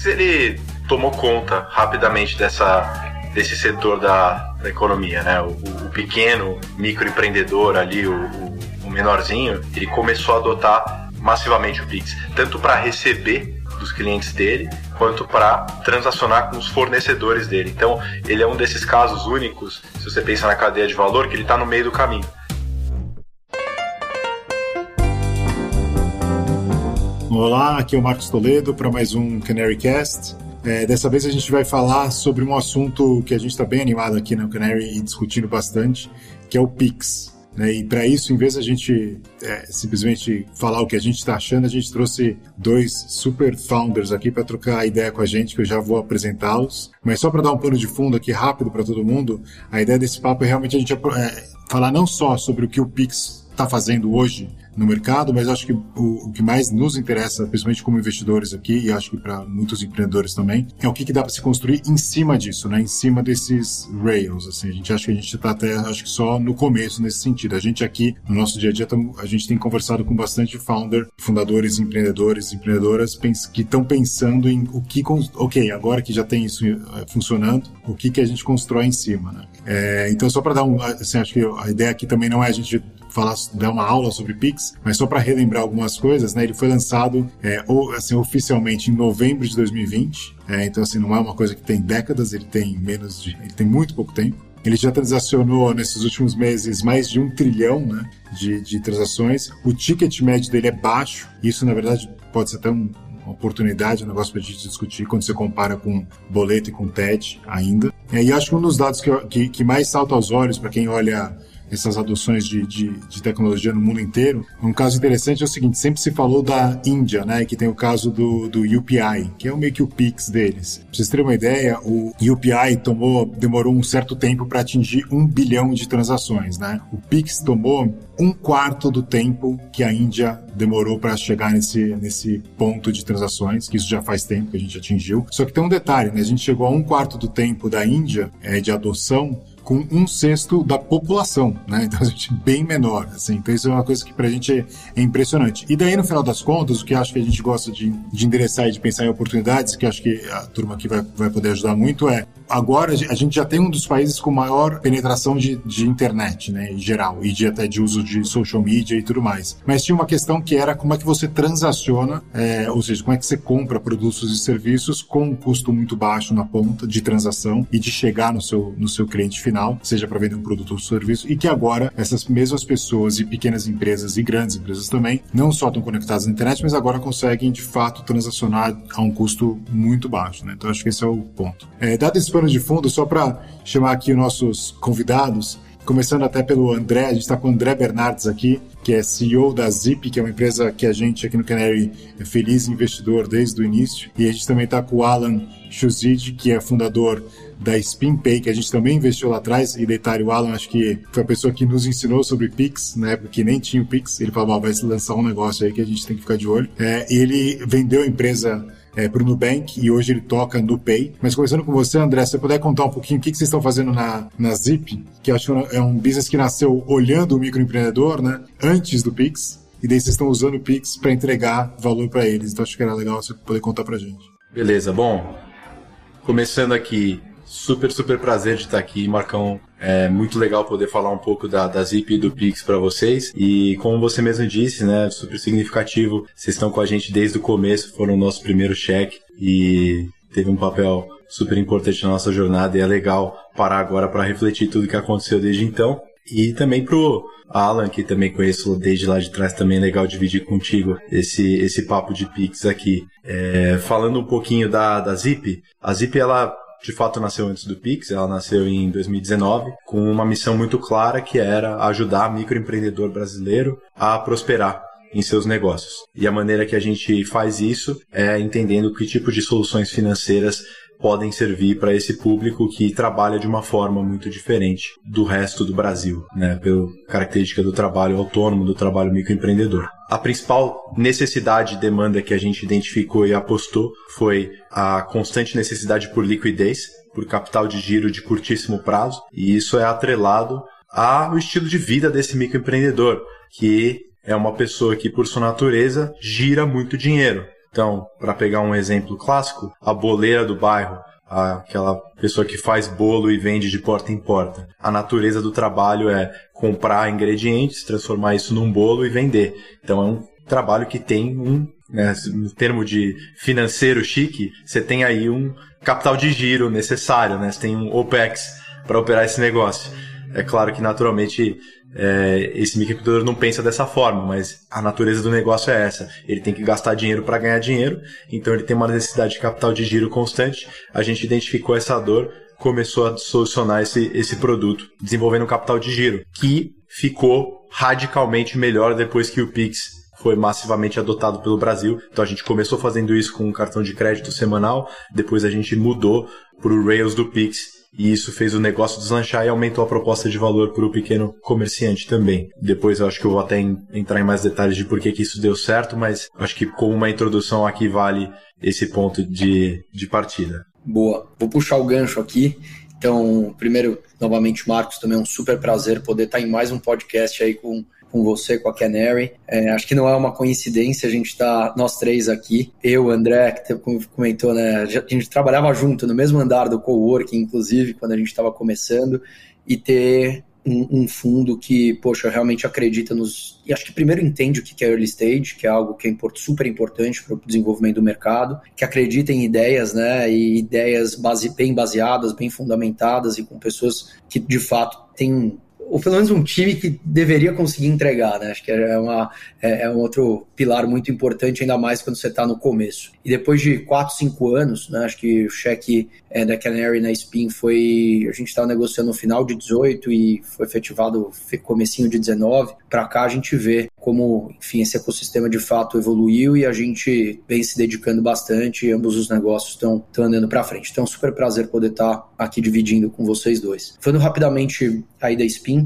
Pix ele tomou conta rapidamente desse setor da economia, né? O pequeno microempreendedor ali, o menorzinho, ele começou a adotar massivamente o Pix, tanto para receber dos clientes dele, quanto para transacionar com os fornecedores dele. Então, ele é um desses casos únicos, se você pensa na cadeia de valor, que ele está no meio do caminho. Olá, aqui é o Marcos Toledo para mais um Canary Cast. Dessa vez a gente vai falar sobre um assunto que a gente está bem animado aqui no Canary e discutindo bastante, que é o Pix. E para isso, em vez de a gente simplesmente falar o que a gente está achando, a gente trouxe dois super founders aqui para trocar ideia com a gente, que eu já vou apresentá-los. Mas só para dar um pano de fundo aqui rápido para todo mundo, a ideia desse papo é realmente a gente falar não só sobre o que o Pix está fazendo hoje no mercado, mas acho que o que mais nos interessa, principalmente como investidores aqui, e acho que para muitos empreendedores também, é o que dá para se construir em cima disso, né? Em cima desses rails, assim. A gente acha que a gente está até, acho que só no começo nesse sentido. A gente aqui, no nosso dia a dia, a gente tem conversado com bastante fundadores, empreendedores, empreendedoras, que estão pensando em o que, agora que já tem isso funcionando, o que a gente constrói em cima, né? Então, só para dar acho que a ideia aqui também não é a gente dar uma aula sobre Pix, mas só para relembrar algumas coisas, né? Ele foi lançado oficialmente em novembro de 2020, então assim, não é uma coisa que tem décadas, ele tem muito pouco tempo. Ele já transacionou nesses últimos meses mais de 1 trilhão, né, de transações. O ticket médio dele é baixo, isso na verdade pode ser até uma oportunidade, um negócio para a gente discutir quando você compara com boleto e com TED ainda. E acho que um dos dados que mais salta aos olhos para quem olha essas adoções de tecnologia no mundo inteiro, um caso interessante é o seguinte: sempre se falou da Índia, né, que tem o caso do UPI, que é meio que o Pix deles. Pra vocês terem uma ideia, o UPI demorou um certo tempo para atingir 1 bilhão de transações, né? O Pix tomou 1/4 do tempo que a Índia demorou para chegar nesse ponto de transações, que isso já faz tempo que a gente atingiu. Só que tem um detalhe, né? A gente chegou a 1/4 do tempo da Índia de adoção com 1/6 da população, né? Então a gente é bem menor, assim. Então isso é uma coisa que pra gente é impressionante. E daí, no final das contas, o que acho que a gente gosta de endereçar e de pensar em oportunidades, que acho que a turma aqui vai poder ajudar muito, agora a gente já tem um dos países com maior penetração de internet, né, em geral, e até de uso de social media e tudo mais. Mas tinha uma questão que era como é que você transaciona, ou seja, como é que você compra produtos e serviços com um custo muito baixo na ponta de transação e de chegar no seu cliente final, seja para vender um produto ou serviço, e que agora essas mesmas pessoas e pequenas empresas e grandes empresas também não só estão conectadas na internet, mas agora conseguem de fato transacionar a um custo muito baixo, né? Então acho que esse é o ponto. Dado esse pano de fundo, só para chamar aqui os nossos convidados, começando até pelo André, a gente está com o André Bernardes aqui, que é CEO da Zip, que é uma empresa que a gente aqui no Canary é feliz investidor desde o início, e a gente também está com o Alan Shuzid, que é fundador da SpinPay, que a gente também investiu lá atrás, e detalhe, o Alan acho que foi a pessoa que nos ensinou sobre Pix, na época que nem tinha o Pix. Ele falou, vai se lançar um negócio aí que a gente tem que ficar de olho. Ele vendeu a empresa para o Nubank e hoje ele toca no Pay. Mas começando com você, André, se você puder contar um pouquinho o que vocês estão fazendo na Zip, que eu acho que é um business que nasceu olhando o microempreendedor, né, antes do Pix, e daí vocês estão usando o Pix para entregar valor para eles. Então acho que era legal você poder contar para a gente. Beleza, bom, começando aqui, super prazer de estar aqui, Marcão. É muito legal poder falar um pouco da Zip e do Pix para vocês. E como você mesmo disse, né, super significativo. Vocês estão com a gente desde o começo, foram o nosso primeiro cheque e teve um papel super importante na nossa jornada. E é legal parar agora para refletir tudo que aconteceu desde então. E também pro Alan, que também conheço desde lá de trás, também é legal dividir contigo esse papo de Pix aqui. Falando um pouquinho da Zip, a Zip, ela de fato nasceu antes do Pix, ela nasceu em 2019 com uma missão muito clara, que era ajudar o microempreendedor brasileiro a prosperar em seus negócios. E a maneira que a gente faz isso é entendendo que tipo de soluções financeiras podem servir para esse público que trabalha de uma forma muito diferente do resto do Brasil, né, pela característica do trabalho autônomo, do trabalho microempreendedor. A principal necessidade e demanda que a gente identificou e apostou foi a constante necessidade por liquidez, por capital de giro de curtíssimo prazo, e isso é atrelado ao estilo de vida desse microempreendedor, que é uma pessoa que, por sua natureza, gira muito dinheiro. Então, para pegar um exemplo clássico, a boleira do bairro, aquela pessoa que faz bolo e vende de porta em porta. A natureza do trabalho é comprar ingredientes, transformar isso num bolo e vender. Então é um trabalho que tem no termo de financeiro chique, você tem aí um capital de giro necessário, né? Você tem um OPEX para operar esse negócio. É claro que naturalmente esse microempreendedor não pensa dessa forma, mas a natureza do negócio é essa. Ele tem que gastar dinheiro para ganhar dinheiro, então ele tem uma necessidade de capital de giro constante. A gente identificou essa dor, começou a solucionar esse produto, desenvolvendo um capital de giro, que ficou radicalmente melhor depois que o Pix foi massivamente adotado pelo Brasil. Então a gente começou fazendo isso com um cartão de crédito semanal, depois a gente mudou para o Rails do Pix, e isso fez o negócio deslanchar e aumentou a proposta de valor para o pequeno comerciante também. Depois eu acho que eu vou até entrar em mais detalhes de por que isso deu certo, mas acho que como uma introdução aqui vale esse ponto de partida. Boa. Vou puxar o gancho aqui. Então, primeiro, novamente, Marcos, também é um super prazer poder estar em mais um podcast aí com você, com a Canary. Acho que não é uma coincidência a gente estar, nós três aqui, eu, André, que comentou, né? A gente trabalhava junto no mesmo andar do coworking, inclusive, quando a gente estava começando, e ter um fundo que, poxa, realmente acredita e acho que primeiro entende o que é early stage, que é algo que é super importante para o desenvolvimento do mercado, que acredita em ideias, né, e ideias bem baseadas, bem fundamentadas e com pessoas que, de fato, têm ou pelo menos um time que deveria conseguir entregar, né? Acho que é um outro pilar muito importante, ainda mais quando você está no começo. E depois de 4, 5 anos, né? Acho que o cheque da Canary na Spin a gente estava negociando no final de 18 e foi efetivado comecinho de 19. Para cá a gente vê como, enfim, esse ecossistema de fato evoluiu e a gente vem se dedicando bastante e ambos os negócios estão andando para frente. Então é um super prazer poder estar aqui dividindo com vocês dois. Falando rapidamente aí da Spin,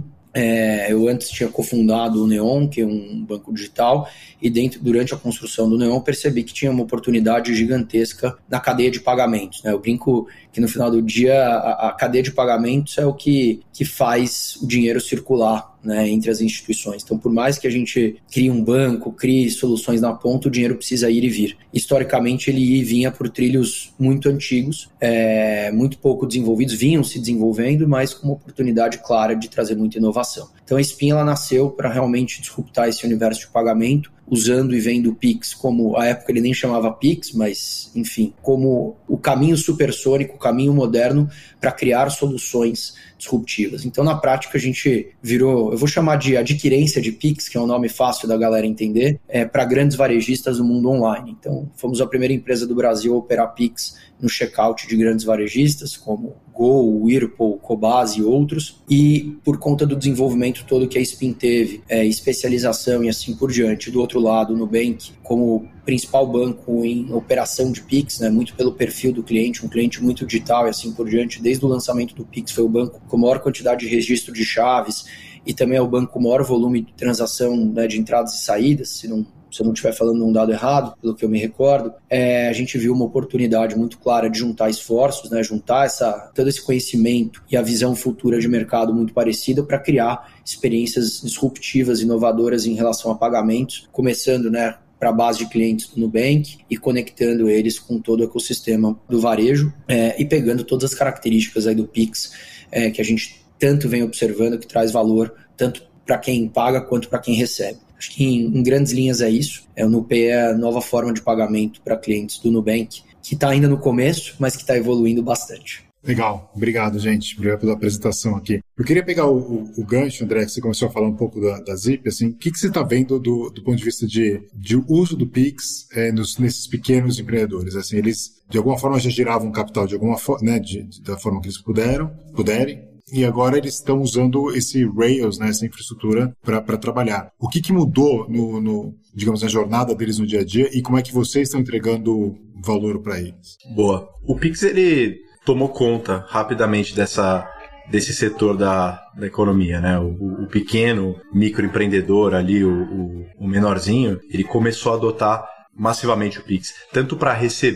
eu antes tinha cofundado o Neon, que é um banco digital, e durante a construção do Neon percebi que tinha uma oportunidade gigantesca na cadeia de pagamentos, né? Eu brinco que no final do dia a cadeia de pagamentos é o que faz o dinheiro circular, né, entre as instituições. Então, por mais que a gente crie um banco, crie soluções na ponta, o dinheiro precisa ir e vir. Historicamente, ele vinha por trilhos muito antigos, muito pouco desenvolvidos, vinham se desenvolvendo, mas com uma oportunidade clara de trazer muita inovação. Então, a Spin ela nasceu para realmente disruptar esse universo de pagamento, usando e vendo o Pix como, à época ele nem chamava Pix, mas, enfim, como o caminho supersônico, o caminho moderno para criar soluções disruptivas. Então, na prática, a gente virou, eu vou chamar de adquirência de Pix, que é um nome fácil da galera entender, para grandes varejistas do mundo online. Então, fomos a primeira empresa do Brasil a operar Pix no checkout de grandes varejistas, como Go, Whirlpool, Cobasi e outros, e por conta do desenvolvimento todo que a Spin teve, especialização e assim por diante, do outro lado, o Nubank, como principal banco em operação de Pix, né, muito pelo perfil do cliente, um cliente muito digital e assim por diante, desde o lançamento do Pix foi o banco com maior quantidade de registro de chaves e também é o banco com maior volume de transação, né, de entradas e saídas, se eu não estiver falando um dado errado, pelo que eu me recordo, a gente viu uma oportunidade muito clara de juntar esforços, né, juntar todo esse conhecimento e a visão futura de mercado muito parecida para criar experiências disruptivas, inovadoras em relação a pagamentos, começando, né, para a base de clientes do Nubank e conectando eles com todo o ecossistema do varejo e pegando todas as características aí do Pix que a gente tanto vem observando que traz valor tanto para quem paga quanto para quem recebe. Acho que em grandes linhas é isso. O NuPay é a nova forma de pagamento para clientes do Nubank, que está ainda no começo, mas que está evoluindo bastante. Legal, obrigado, gente. Obrigado pela apresentação aqui. Eu queria pegar o gancho, André, que você começou a falar um pouco da Zip, assim, o que você está vendo do ponto de vista de uso do Pix nesses pequenos empreendedores? Assim, eles, de alguma forma, já giravam capital de alguma forma, né, da forma que eles puderem, e agora eles estão usando esse Rails, né, essa infraestrutura para trabalhar. O que mudou digamos, na jornada deles no dia a dia e como é que vocês estão entregando valor para eles? Boa. O Pix, ele tomou conta rapidamente desse setor da economia, né? O pequeno microempreendedor ali, o menorzinho, ele começou a adotar massivamente o Pix, tanto para receber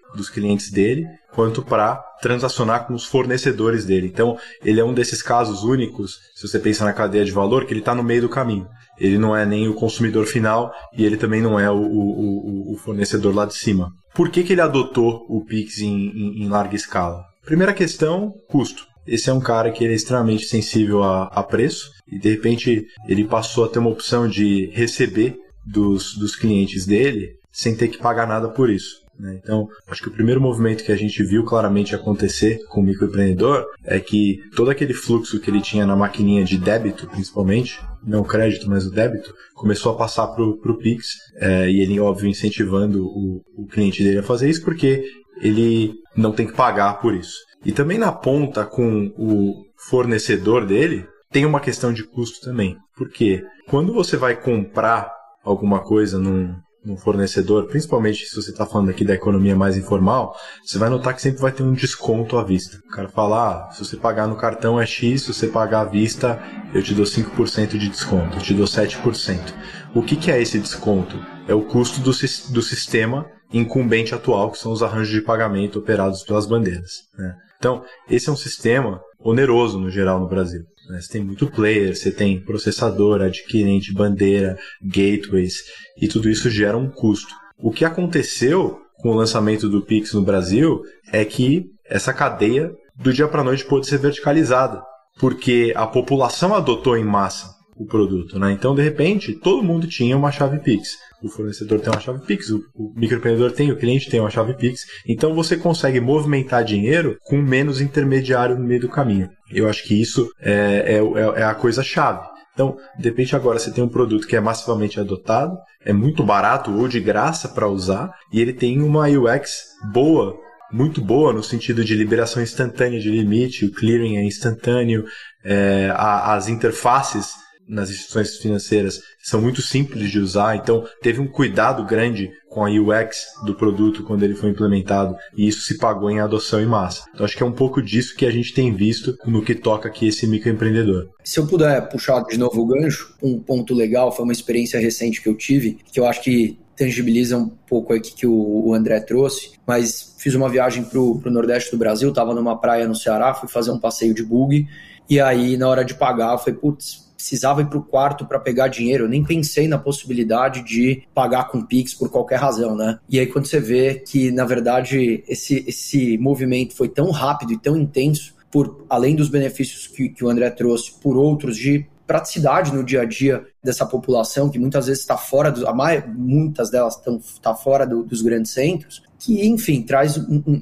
dos clientes dele, quanto para transacionar com os fornecedores dele. Então, ele é um desses casos únicos, se você pensa na cadeia de valor, que ele está no meio do caminho. Ele não é nem o consumidor final e ele também não é o fornecedor lá de cima. Por que ele adotou o Pix em larga escala? Primeira questão, custo. Esse é um cara que ele é extremamente sensível a preço e, de repente, ele passou a ter uma opção de receber dos clientes dele sem ter que pagar nada por isso. Então, acho que o primeiro movimento que a gente viu claramente acontecer com o microempreendedor é que todo aquele fluxo que ele tinha na maquininha de débito, principalmente, não o crédito, mas o débito, começou a passar para o Pix, e ele, óbvio, incentivando o cliente dele a fazer isso, porque ele não tem que pagar por isso. E também na ponta, com o fornecedor dele, tem uma questão de custo também. Porque quando você vai comprar alguma coisa num fornecedor, principalmente se você está falando aqui da economia mais informal, você vai notar que sempre vai ter um desconto à vista. O cara fala, se você pagar no cartão é X, se você pagar à vista, eu te dou 5% de desconto, eu te dou 7%. O que é esse desconto? É o custo do sistema incumbente atual, que são os arranjos de pagamento operados pelas bandeiras, né? Então, esse é um sistema oneroso no geral no Brasil. Você tem muito player, você tem processador, adquirente, bandeira, gateways, e tudo isso gera um custo. O que aconteceu com o lançamento do Pix no Brasil é que essa cadeia, do dia para a noite, pôde ser verticalizada, porque a população adotou em massa o produto, né? Então, de repente, todo mundo tinha uma chave Pix. O fornecedor tem uma chave Pix, o microempreendedor tem, o cliente tem uma chave Pix. Então, você consegue movimentar dinheiro com menos intermediário no meio do caminho. Eu acho que isso é a coisa-chave. Então, de repente, agora você tem um produto que é massivamente adotado, é muito barato ou de graça para usar, e ele tem uma UX boa, muito boa no sentido de liberação instantânea de limite, o clearing é instantâneo, as interfaces nas instituições financeiras são muito simples de usar, então teve um cuidado grande com a UX do produto quando ele foi implementado, e isso se pagou em adoção em massa. Então acho que é um pouco disso que a gente tem visto no que toca aqui esse microempreendedor. Se eu puder puxar de novo o gancho, um ponto legal, foi uma experiência recente que eu tive, que eu acho que tangibiliza um pouco aqui que o André trouxe, mas fiz uma viagem para o Nordeste do Brasil, estava numa praia no Ceará, fui fazer um passeio de buggy, e aí na hora de pagar eu falei, precisava ir para o quarto para pegar dinheiro, eu nem pensei na possibilidade de pagar com Pix por qualquer razão, né? E aí quando você vê que, na verdade, esse movimento foi tão rápido e tão intenso, além dos benefícios que o André trouxe, por outros de praticidade no dia a dia dessa população, que muitas vezes está fora, muitas delas está fora dos grandes centros, que, enfim, traz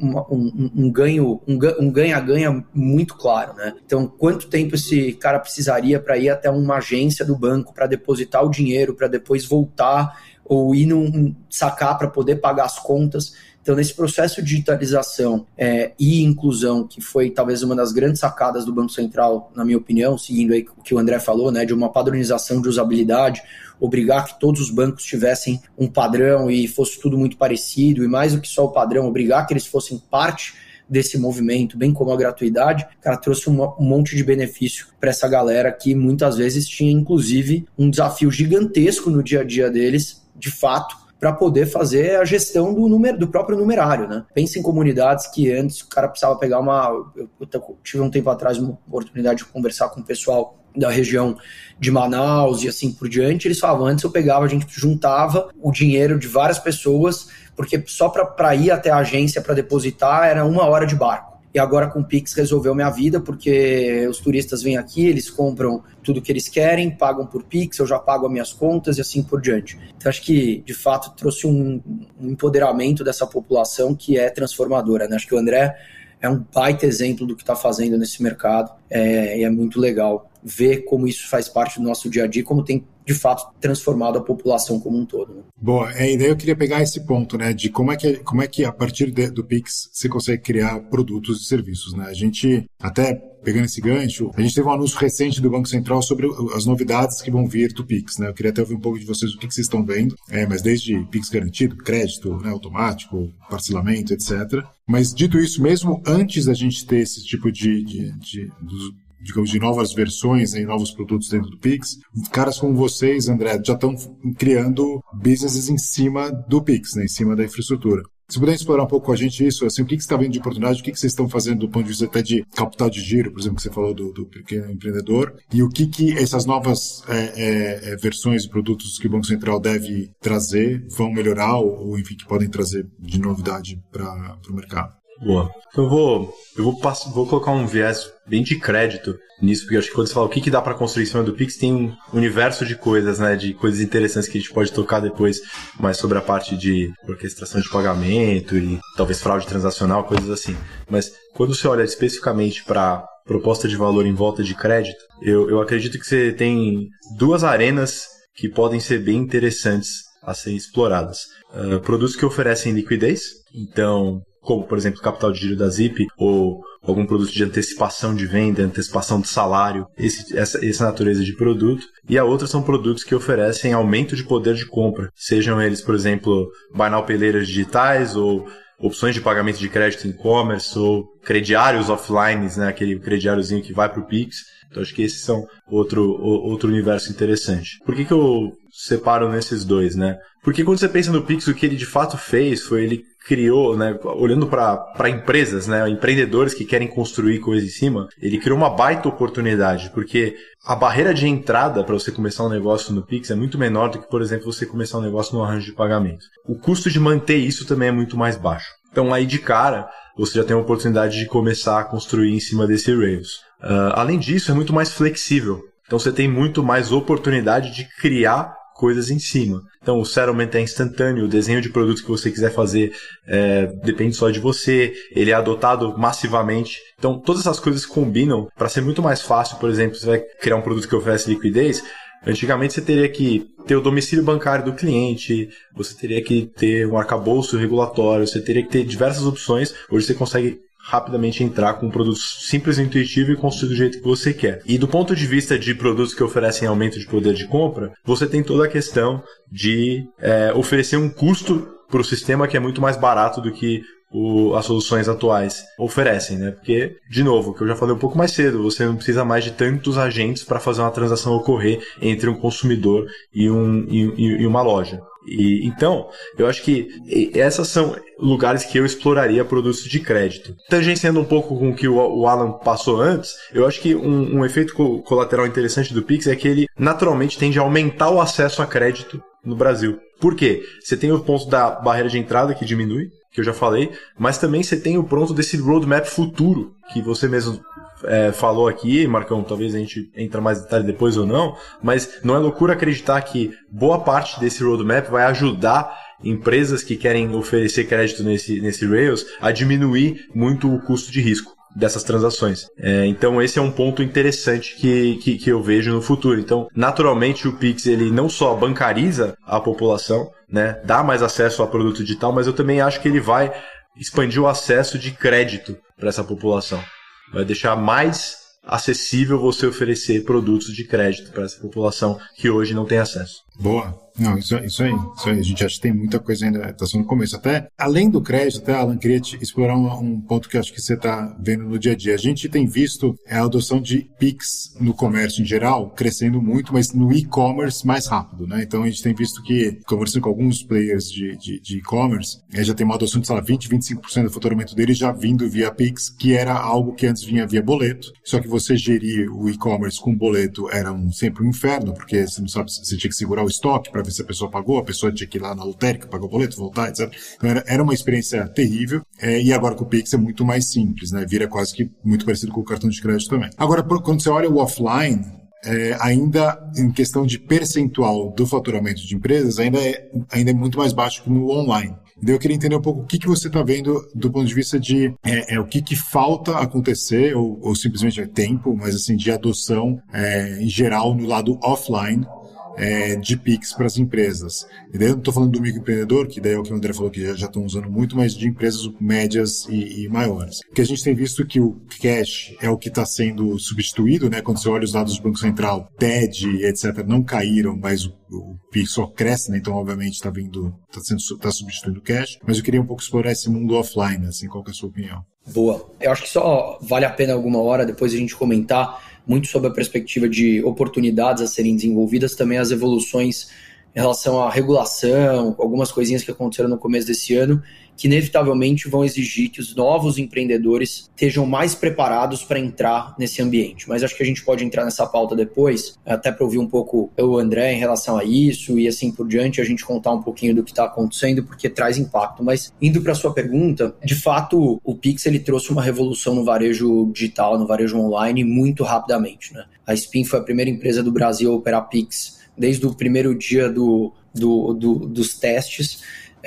um ganha-ganha muito claro, né? Então, quanto tempo esse cara precisaria para ir até uma agência do banco para depositar o dinheiro, para depois voltar, ou ir sacar para poder pagar as contas? Então, nesse processo de digitalização e inclusão, que foi talvez uma das grandes sacadas do Banco Central, na minha opinião, seguindo aí o que o André falou, né, de uma padronização de usabilidade, obrigar que todos os bancos tivessem um padrão e fosse tudo muito parecido, e mais do que só o padrão, obrigar que eles fossem parte desse movimento, bem como a gratuidade, cara, trouxe um monte de benefício para essa galera que muitas vezes tinha, inclusive, um desafio gigantesco no dia a dia deles, de fato, para poder fazer a gestão do próprio numerário, né? Pensa em comunidades que antes o cara precisava pegar eu tive um tempo atrás uma oportunidade de conversar com o pessoal da região de Manaus e assim por diante. Eles falavam, antes a gente juntava o dinheiro de várias pessoas, porque só para ir até a agência para depositar era 1 hora de barco. E agora com o Pix resolveu minha vida, porque os turistas vêm aqui, eles compram tudo que eles querem, pagam por Pix, eu já pago as minhas contas e assim por diante. Então acho que, de fato, trouxe um empoderamento dessa população que é transformadora, né? Acho que o André é um baita exemplo do que está fazendo nesse mercado, e é muito legal ver como isso faz parte do nosso dia a dia, como tem, de fato, transformado a população como um todo. Né? Boa, e daí eu queria pegar esse ponto, né, de como é que a partir do Pix você consegue criar produtos e serviços, né? A gente, até pegando esse gancho, a gente teve um anúncio recente do Banco Central sobre as novidades que vão vir do Pix, né? Eu queria até ouvir um pouco de vocês, o que vocês estão vendo, mas desde Pix garantido, crédito, né, automático, parcelamento, etc. Mas dito isso, mesmo antes da gente ter esse tipo de novas versões e novos produtos dentro do Pix, caras como vocês, André, já estão criando businesses em cima do Pix, né, em cima da infraestrutura. Se puder explorar um pouco com a gente isso, assim, o que você está vendo de oportunidade, o que vocês estão fazendo do ponto de vista até de capital de giro, por exemplo, que você falou do pequeno empreendedor, e o que essas novas versões de produtos que o Banco Central deve trazer vão melhorar ou enfim, que podem trazer de novidade para o mercado. Boa. Então eu vou colocar um viés bem de crédito nisso, porque eu acho que quando você fala o que dá para construir em cima do Pix, tem um universo de coisas, né, de coisas interessantes que a gente pode tocar depois, mais sobre a parte de orquestração de pagamento e talvez fraude transacional, coisas assim. Mas quando você olha especificamente para proposta de valor em volta de crédito, eu acredito que você tem duas arenas que podem ser bem interessantes a serem exploradas. Produtos que oferecem liquidez, então, como, por exemplo, o capital de giro da Zip, ou algum produto de antecipação de venda, antecipação de salário, essa natureza de produto. E a outra são produtos que oferecem aumento de poder de compra, sejam eles, por exemplo, buy now pay later digitais, ou opções de pagamento de crédito em e-commerce, ou crediários offline, né, aquele crediáriozinho que vai para o Pix. Então, acho que esses são outro universo interessante. Por que eu separo nesses dois, né? Porque quando você pensa no Pix, o que ele de fato fez foi ele criou, né, olhando para empresas, né, empreendedores que querem construir coisa em cima, ele criou uma baita oportunidade, porque a barreira de entrada para você começar um negócio no Pix é muito menor do que, por exemplo, você começar um negócio no arranjo de pagamento. O custo de manter isso também é muito mais baixo. Então, aí de cara, você já tem a oportunidade de começar a construir em cima desse Rails. Além disso, é muito mais flexível. Então, você tem muito mais oportunidade de criar coisas em cima. Então, o settlement é instantâneo, o desenho de produtos que você quiser fazer depende só de você, ele é adotado massivamente. Então, todas essas coisas combinam para ser muito mais fácil. Por exemplo, você vai criar um produto que oferece liquidez. Antigamente você teria que ter o domicílio bancário do cliente, você teria que ter um arcabouço regulatório, você teria que ter diversas opções. Hoje você consegue rapidamente entrar com um produto simples, intuitivo e construído do jeito que você quer. E do ponto de vista de produtos que oferecem aumento de poder de compra, você tem toda a questão de oferecer um custo para o sistema que é muito mais barato do que as soluções atuais oferecem, né? Porque, de novo, o que eu já falei um pouco mais cedo, você não precisa mais de tantos agentes para fazer uma transação ocorrer entre um consumidor e uma loja. Então, eu acho que esses são lugares que eu exploraria produtos de crédito. Tangenciando um pouco com o que o Alan passou antes, eu acho que um efeito colateral interessante do Pix é que ele naturalmente tende a aumentar o acesso a crédito no Brasil. Por quê? Você tem o ponto da barreira de entrada que diminui, que eu já falei, mas também você tem o ponto desse roadmap futuro, que você mesmo falou aqui, Marcão, talvez a gente entre mais detalhe depois ou não, mas não é loucura acreditar que boa parte desse roadmap vai ajudar empresas que querem oferecer crédito nesse Rails a diminuir muito o custo de risco dessas transações. Então esse é um ponto interessante que eu vejo no futuro. Então, naturalmente, o Pix ele não só bancariza a população, né, dá mais acesso a produto digital, mas eu também acho que ele vai expandir o acesso de crédito para essa população. Vai deixar mais acessível você oferecer produtos de crédito para essa população que hoje não tem acesso. Boa. Não, isso aí. A gente acha que tem muita coisa ainda, está só no começo. Até, além do crédito, até, Alan, queria explorar um ponto que acho que você está vendo no dia a dia. A gente tem visto a adoção de Pix no comércio em geral crescendo muito, mas no e-commerce mais rápido, né? Então, a gente tem visto que, conversando com alguns players de e-commerce, já tem uma adoção de, 20-25% do faturamento deles já vindo via Pix, que era algo que antes vinha via boleto. Só que você gerir o e-commerce com boleto era sempre um inferno, porque você não sabe, você tinha que segurar o estoque para ver se a pessoa pagou, a pessoa tinha que ir lá na lotérica, pagar o boleto, voltar, etc. Então era uma experiência terrível, e agora com o Pix é muito mais simples, né? Vira quase que muito parecido com o cartão de crédito também. Agora, quando você olha o offline, ainda em questão de percentual do faturamento de empresas, ainda é muito mais baixo que no online. Então eu queria entender um pouco o que você está vendo do ponto de vista de o que falta acontecer, ou simplesmente é tempo, mas assim, de adoção em geral no lado offline, de Pix para as empresas. E daí eu não estou falando do microempreendedor, que daí é o que o André falou que já estão usando muito, mas de empresas médias e maiores. Porque a gente tem visto que o cash é o que está sendo substituído, né? Quando você olha os dados do Banco Central, TED, etc., não caíram, mas o Pix só cresce, né? Então, obviamente, está substituindo o cash. Mas eu queria um pouco explorar esse mundo offline, assim, qual que é a sua opinião? Boa. Eu acho que só vale a pena alguma hora depois a gente comentar muito sobre a perspectiva de oportunidades a serem desenvolvidas, também as evoluções em relação à regulação, algumas coisinhas que aconteceram no começo desse ano, que inevitavelmente vão exigir que os novos empreendedores estejam mais preparados para entrar nesse ambiente. Mas acho que a gente pode entrar nessa pauta depois, até para ouvir um pouco o André em relação a isso e assim por diante, a gente contar um pouquinho do que está acontecendo, porque traz impacto. Mas indo para a sua pergunta, de fato, o Pix ele trouxe uma revolução no varejo digital, no varejo online, muito rapidamente, né? A Spin foi a primeira empresa do Brasil a operar Pix desde o primeiro dia dos testes.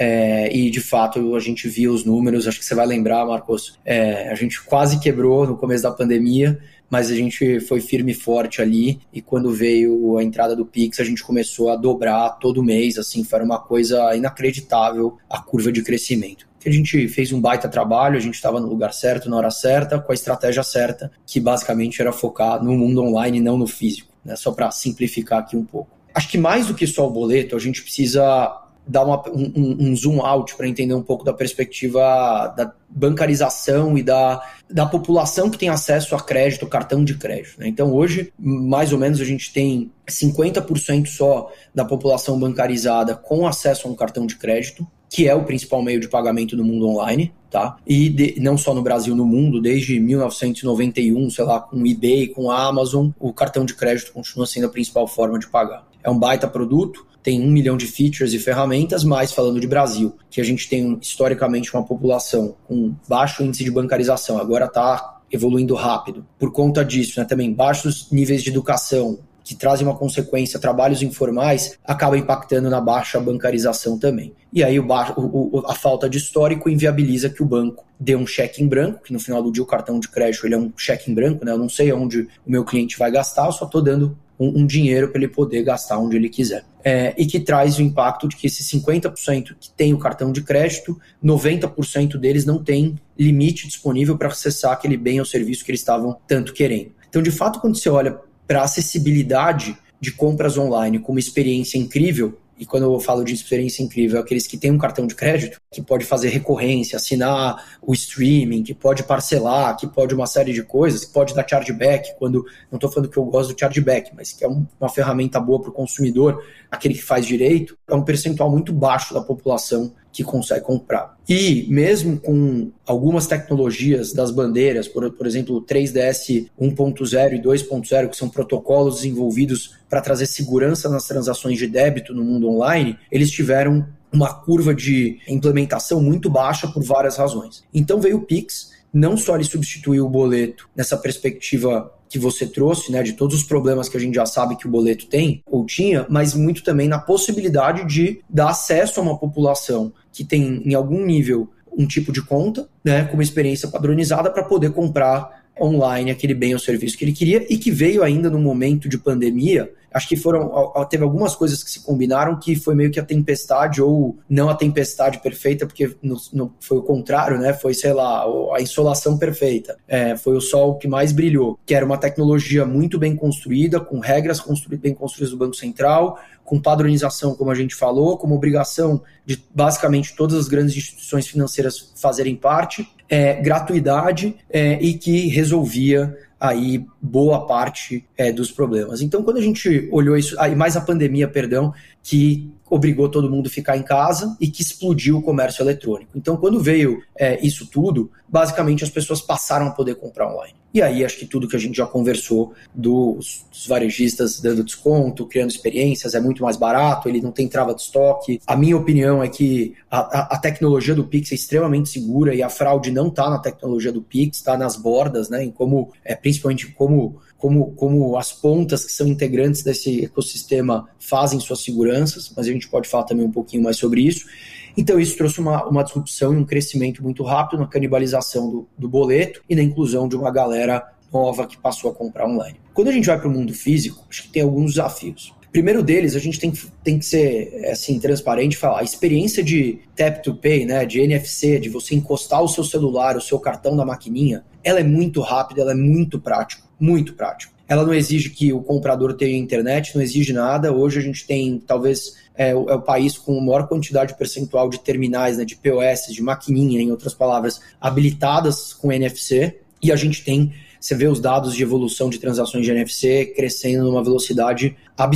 E de fato a gente via os números, acho que você vai lembrar, Marcos, a gente quase quebrou no começo da pandemia, mas a gente foi firme e forte ali, e quando veio a entrada do Pix, a gente começou a dobrar todo mês, assim, foi uma coisa inacreditável a curva de crescimento. A gente fez um baita trabalho, a gente estava no lugar certo, na hora certa, com a estratégia certa, que basicamente era focar no mundo online e não no físico, né? Só para simplificar aqui um pouco. Acho que mais do que só o boleto, a gente precisa dar um zoom out para entender um pouco da perspectiva da bancarização e da população que tem acesso a crédito, cartão de crédito, né? Então hoje, mais ou menos, a gente tem 50% só da população bancarizada com acesso a um cartão de crédito, que é o principal meio de pagamento do mundo online, tá? E não só no Brasil, no mundo, desde 1991, sei lá, com o eBay, com a Amazon, o cartão de crédito continua sendo a principal forma de pagar. É um baita produto, tem 1 milhão de features e ferramentas, mas falando de Brasil, que a gente tem historicamente uma população com baixo índice de bancarização, agora está evoluindo rápido. Por conta disso, né, também baixos níveis de educação, que trazem uma consequência, trabalhos informais, acaba impactando na baixa bancarização também. E aí a falta de histórico inviabiliza que o banco dê um cheque em branco, que no final do dia o cartão de crédito ele é um cheque em branco, né? Eu não sei onde o meu cliente vai gastar, eu só estou dando um dinheiro para ele poder gastar onde ele quiser. E que traz o impacto de que esses 50% que tem o cartão de crédito, 90% deles não tem limite disponível para acessar aquele bem ou serviço que eles estavam tanto querendo. Então, de fato, quando você olha para a acessibilidade de compras online com uma experiência incrível, e quando eu falo de experiência incrível, aqueles que têm um cartão de crédito, que pode fazer recorrência, assinar o streaming, que pode parcelar, que pode uma série de coisas, que pode dar chargeback, quando não estou falando que eu gosto do chargeback, mas que é uma ferramenta boa para o consumidor, aquele que faz direito, é um percentual muito baixo da população que consegue comprar. E mesmo com algumas tecnologias das bandeiras, por exemplo, o 3DS 1.0 e 2.0, que são protocolos desenvolvidos para trazer segurança nas transações de débito no mundo online, eles tiveram uma curva de implementação muito baixa por várias razões. Então veio o Pix, não só ele substituiu o boleto nessa perspectiva que você trouxe, né, de todos os problemas que a gente já sabe que o boleto tem, ou tinha, mas muito também na possibilidade de dar acesso a uma população que tem, em algum nível, um tipo de conta, né, com uma experiência padronizada para poder comprar online aquele bem ou serviço que ele queria e que veio ainda no momento de pandemia. Acho que teve algumas coisas que se combinaram que foi meio que a tempestade, ou não a tempestade perfeita, porque foi o contrário, né? Foi, sei lá, a insolação perfeita. Foi o sol que mais brilhou, que era uma tecnologia muito bem construída, com regras bem construídas do Banco Central, com padronização, como a gente falou, como obrigação de basicamente todas as grandes instituições financeiras fazerem parte, gratuidade, e que resolvia aí boa parte dos problemas. Então, quando a gente olhou isso, aí mais a pandemia, que obrigou todo mundo a ficar em casa e que explodiu o comércio eletrônico. Então, quando veio isso tudo, basicamente as pessoas passaram a poder comprar online. E aí, acho que tudo que a gente já conversou dos varejistas dando desconto, criando experiências, é muito mais barato, ele não tem trava de estoque. A minha opinião é que a tecnologia do Pix é extremamente segura e a fraude não está na tecnologia do Pix, está nas bordas, né, em como, principalmente como as pontas que são integrantes desse ecossistema fazem suas seguranças, mas a gente pode falar também um pouquinho mais sobre isso. Então isso trouxe uma disrupção e um crescimento muito rápido na canibalização do boleto e na inclusão de uma galera nova que passou a comprar online. Quando a gente vai para o mundo físico, acho que tem alguns desafios. Primeiro deles, a gente tem que ser assim, transparente e falar, a experiência de tap to pay, né, de NFC, de você encostar o seu celular, o seu cartão na maquininha, ela é muito rápida, ela é muito prática, muito prática. Ela não exige que o comprador tenha internet, não exige nada. Hoje a gente tem, talvez, o país com a maior quantidade percentual de terminais, né, de POS, de maquininha, em outras palavras, habilitadas com NFC, e a gente você vê os dados de evolução de transações de NFC crescendo numa velocidade absurda.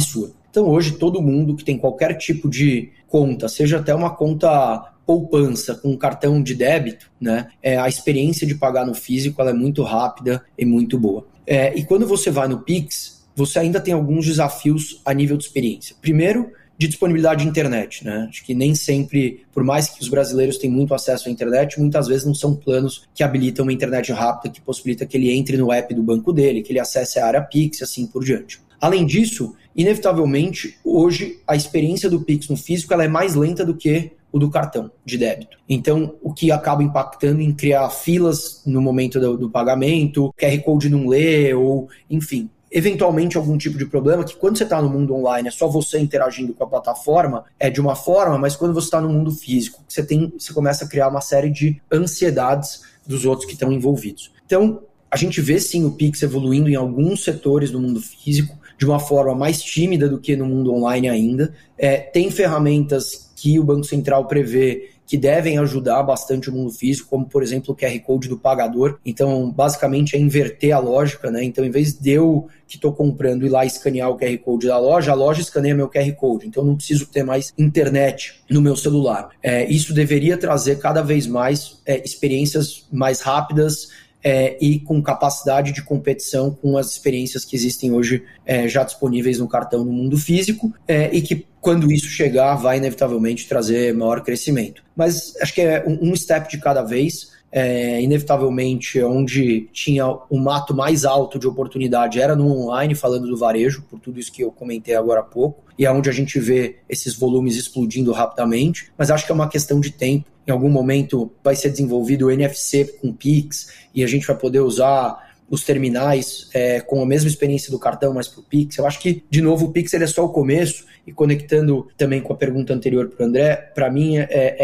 Então hoje todo mundo que tem qualquer tipo de conta, seja até uma conta poupança com um cartão de débito, né, a experiência de pagar no físico ela é muito rápida e muito boa. E quando você vai no Pix, você ainda tem alguns desafios a nível de experiência. Primeiro, de disponibilidade de internet, né? Acho que nem sempre, por mais que os brasileiros tenham muito acesso à internet, muitas vezes não são planos que habilitam uma internet rápida que possibilita que ele entre no app do banco dele, que ele acesse a área Pix e assim por diante. Além disso, inevitavelmente, hoje a experiência do Pix no físico ela é mais lenta do que o do cartão de débito. Então, o que acaba impactando em criar filas no momento do pagamento, QR Code não lê, ou enfim, eventualmente algum tipo de problema que quando você está no mundo online é só você interagindo com a plataforma, é de uma forma, mas quando você está no mundo físico, você começa a criar uma série de ansiedades dos outros que estão envolvidos. Então, a gente vê sim o Pix evoluindo em alguns setores do mundo físico, de uma forma mais tímida do que no mundo online ainda. Tem ferramentas que o Banco Central prevê que devem ajudar bastante o mundo físico, como, por exemplo, o QR Code do pagador. Então, basicamente, é inverter a lógica, né? Então, em vez de eu, que estou comprando, ir lá escanear o QR Code da loja, a loja escaneia meu QR Code. Então, não preciso ter mais internet no meu celular. Isso deveria trazer cada vez mais experiências mais rápidas, e com capacidade de competição com as experiências que existem hoje já disponíveis no cartão no mundo físico, e que quando isso chegar vai inevitavelmente trazer maior crescimento. Mas acho que é um step de cada vez. Inevitavelmente onde tinha o mato mais alto de oportunidade era no online, falando do varejo, por tudo isso que eu comentei agora há pouco, e é onde a gente vê esses volumes explodindo rapidamente, mas acho que é uma questão de tempo. Em algum momento vai ser desenvolvido o NFC com Pix e a gente vai poder usar os terminais com a mesma experiência do cartão, mas para o Pix. Eu acho que, de novo, o Pix ele é só o começo, e conectando também com a pergunta anterior para o André, para mim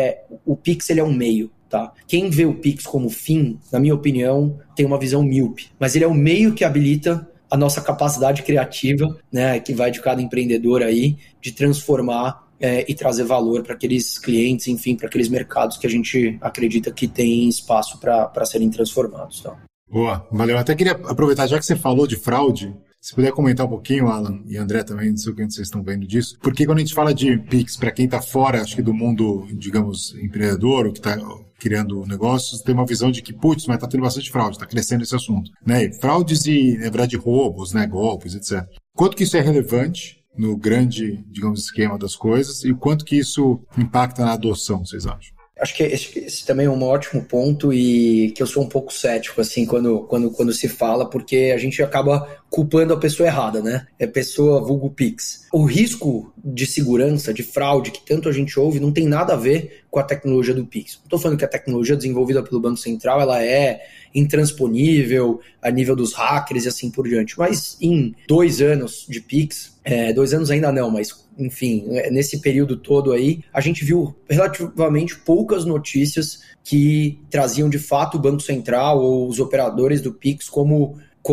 o Pix ele é um meio. Tá? Quem vê o Pix como fim, na minha opinião, tem uma visão míope, mas ele é o meio que habilita a nossa capacidade criativa, né, que vai de cada empreendedor aí, de transformar e trazer valor para aqueles clientes, enfim, para aqueles mercados que a gente acredita que tem espaço para serem transformados. Tá? Boa, valeu. Até queria aproveitar, já que você falou de fraude, se puder comentar um pouquinho, Alan e André também, não sei o que vocês estão vendo disso, porque quando a gente fala de Pix, para quem está fora, acho que do mundo, digamos, empreendedor, ou que está criando negócios, tem uma visão de que, putz, mas está tendo bastante fraude, está crescendo esse assunto. Né? E fraudes e, na verdade, roubos, né, golpes, etc. Quanto que isso é relevante no grande, digamos, esquema das coisas e quanto que isso impacta na adoção, vocês acham? Acho que esse também é um ótimo ponto e que eu sou um pouco cético, assim, quando se fala, porque a gente acaba culpando a pessoa errada, né? É pessoa vulgo Pix. O risco de segurança, de fraude, que tanto a gente ouve, não tem nada a ver com a tecnologia do Pix. Não estou falando que a tecnologia desenvolvida pelo Banco Central, ela é intransponível a nível dos hackers e assim por diante. Mas em 2 anos de Pix, 2 anos ainda não, mas enfim, nesse período todo aí, a gente viu relativamente poucas notícias que traziam de fato o Banco Central ou os operadores do Pix como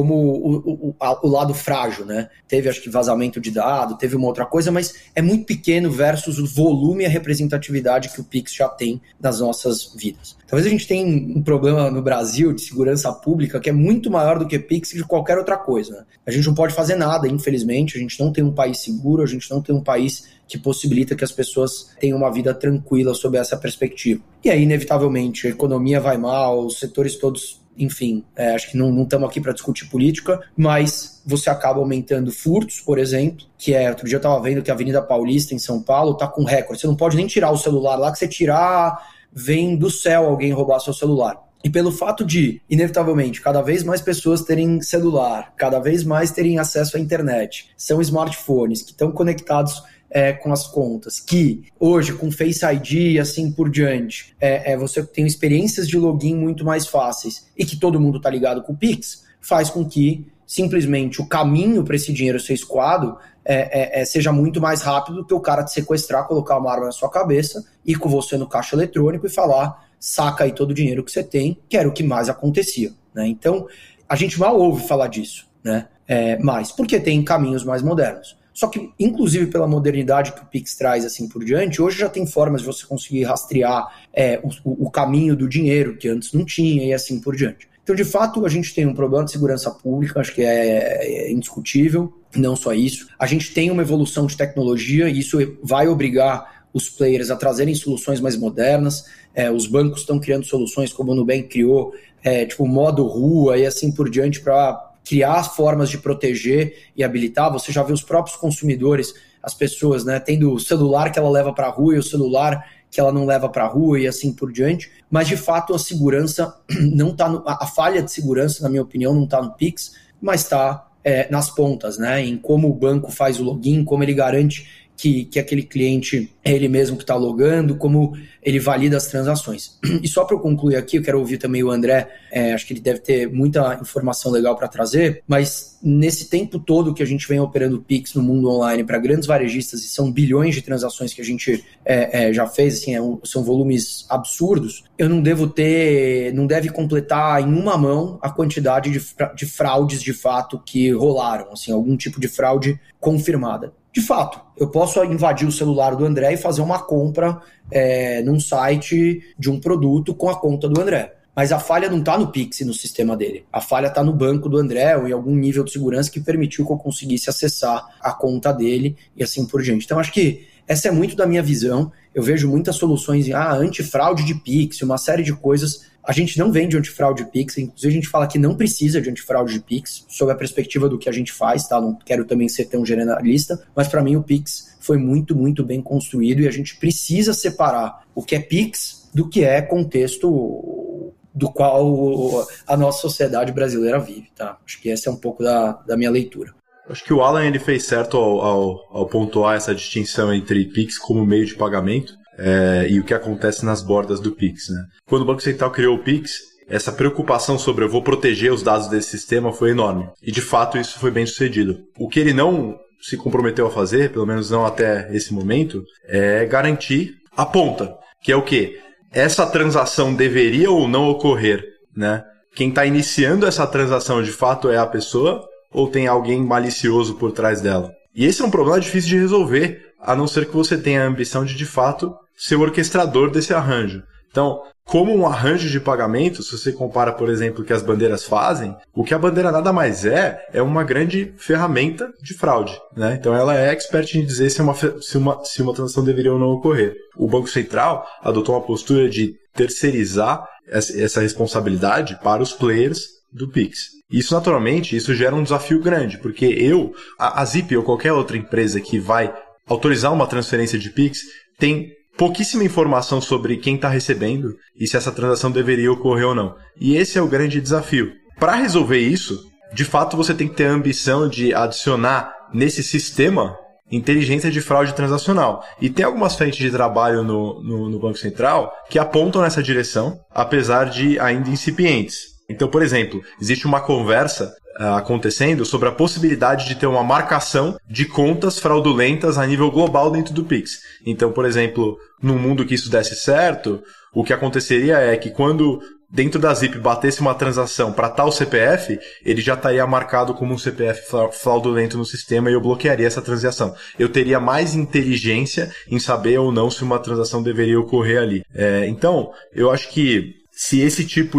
o lado frágil, né? Teve, acho que, vazamento de dado, teve uma outra coisa, mas é muito pequeno versus o volume e a representatividade que o Pix já tem nas nossas vidas. Talvez a gente tenha um problema no Brasil de segurança pública que é muito maior do que Pix e de qualquer outra coisa, né? A gente não pode fazer nada, infelizmente, a gente não tem um país seguro, a gente não tem um país que possibilita que as pessoas tenham uma vida tranquila sob essa perspectiva. E aí, inevitavelmente, a economia vai mal, os setores todos... Enfim, acho que não estamos aqui para discutir política, mas você acaba aumentando furtos, por exemplo, que outro dia eu estava vendo que a Avenida Paulista, em São Paulo, está com recorde. Você não pode nem tirar o celular lá, que você tirar, vem do céu alguém roubar seu celular. E pelo fato de, inevitavelmente, cada vez mais pessoas terem celular, cada vez mais terem acesso à internet, são smartphones que estão conectados com as contas, que hoje com Face ID e assim por diante, você tem experiências de login muito mais fáceis e que todo mundo está ligado com o Pix, faz com que simplesmente o caminho para esse dinheiro ser escoado seja muito mais rápido do que o cara te sequestrar, colocar uma arma na sua cabeça, ir com você no caixa eletrônico e falar, saca aí todo o dinheiro que você tem, que era o que mais acontecia. Né? Então, a gente mal ouve falar disso, né? Mas porque tem caminhos mais modernos. Só que, inclusive pela modernidade que o Pix traz assim por diante, hoje já tem formas de você conseguir rastrear o caminho do dinheiro, que antes não tinha, e assim por diante. Então, de fato, a gente tem um problema de segurança pública, acho que é indiscutível, não só isso. A gente tem uma evolução de tecnologia e isso vai obrigar os players a trazerem soluções mais modernas. Os bancos estão criando soluções como o Nubank criou, tipo modo rua e assim por diante, para criar formas de proteger e habilitar. Você já vê os próprios consumidores, as pessoas, né, tendo o celular que ela leva para a rua e o celular que ela não leva para a rua e assim por diante. Mas, de fato, a segurança não está... A falha de segurança, na minha opinião, não está no Pix, mas está nas pontas, né? Em como o banco faz o login, como ele garante que aquele cliente é ele mesmo que está logando, como ele valida as transações. E só para eu concluir aqui, eu quero ouvir também o André, acho que ele deve ter muita informação legal para trazer, mas nesse tempo todo que a gente vem operando o Pix no mundo online para grandes varejistas, e são bilhões de transações que a gente já fez, assim, são volumes absurdos, eu não deve completar em uma mão a quantidade de fraudes de fato que rolaram, assim, algum tipo de fraude confirmada. De fato, eu posso invadir o celular do André e fazer uma compra num site de um produto com a conta do André. Mas a falha não está no Pix e no sistema dele. A falha está no banco do André ou em algum nível de segurança que permitiu que eu conseguisse acessar a conta dele e assim por diante. Então, acho que essa é muito da minha visão. Eu vejo muitas soluções antifraude de Pix, uma série de coisas. A gente não vende antifraude de Pix, inclusive a gente fala que não precisa de antifraude de Pix, sob a perspectiva do que a gente faz, tá? Não quero também ser tão generalista, mas para mim o Pix foi muito, muito bem construído e a gente precisa separar o que é Pix do que é contexto do qual a nossa sociedade brasileira vive, tá? Acho que essa é um pouco da minha leitura. Acho que o Alan ele fez certo ao pontuar essa distinção entre Pix como meio de pagamento e o que acontece nas bordas do Pix, né? Quando o Banco Central criou o Pix, essa preocupação sobre eu vou proteger os dados desse sistema foi enorme. E, de fato, isso foi bem sucedido. O que ele não se comprometeu a fazer, pelo menos não até esse momento, é garantir a ponta, que é o quê? Essa transação deveria ou não ocorrer, né? Quem está iniciando essa transação, de fato, é a pessoa ou tem alguém malicioso por trás dela? E esse é um problema difícil de resolver, a não ser que você tenha a ambição de fato, ser o orquestrador desse arranjo. Então, como um arranjo de pagamento, se você compara, por exemplo, o que as bandeiras fazem, o que a bandeira nada mais é uma grande ferramenta de fraude, né? Então, ela é expert em dizer se uma transação deveria ou não ocorrer. O Banco Central adotou uma postura de terceirizar essa responsabilidade para os players do Pix. Isso, naturalmente, isso gera um desafio grande, porque a Zip ou qualquer outra empresa que vai autorizar uma transferência de Pix tem pouquíssima informação sobre quem está recebendo e se essa transação deveria ocorrer ou não. E esse é o grande desafio. Para resolver isso, de fato você tem que ter a ambição de adicionar nesse sistema inteligência de fraude transacional. E tem algumas frentes de trabalho no Banco Central que apontam nessa direção, apesar de ainda incipientes. Então, por exemplo, existe uma conversa acontecendo sobre a possibilidade de ter uma marcação de contas fraudulentas a nível global dentro do Pix. Então, por exemplo, num mundo que isso desse certo, o que aconteceria é que quando dentro da Zip batesse uma transação para tal CPF, ele já estaria marcado como um CPF fraudulento no sistema e eu bloquearia essa transação. Eu teria mais inteligência em saber ou não se uma transação deveria ocorrer ali. Então, eu acho que se esse tipo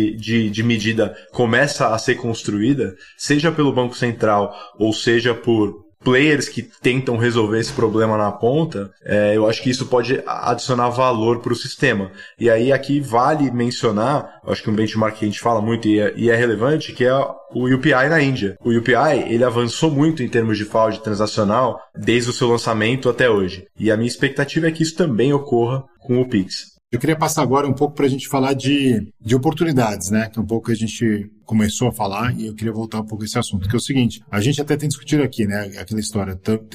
de medida começa a ser construída, seja pelo Banco Central ou seja por players que tentam resolver esse problema na ponta, eu acho que isso pode adicionar valor para o sistema. E aí aqui vale mencionar, acho que um benchmark que a gente fala muito e é relevante, que é o UPI na Índia. O UPI, ele avançou muito em termos de fraude transacional desde o seu lançamento até hoje. E a minha expectativa é que isso também ocorra com o Pix. Eu queria passar agora um pouco para a gente falar de oportunidades, né? Que é um pouco que a gente começou a falar e eu queria voltar um pouco a esse assunto, que é o seguinte, a gente até tem discutido aqui, né? Aquela história,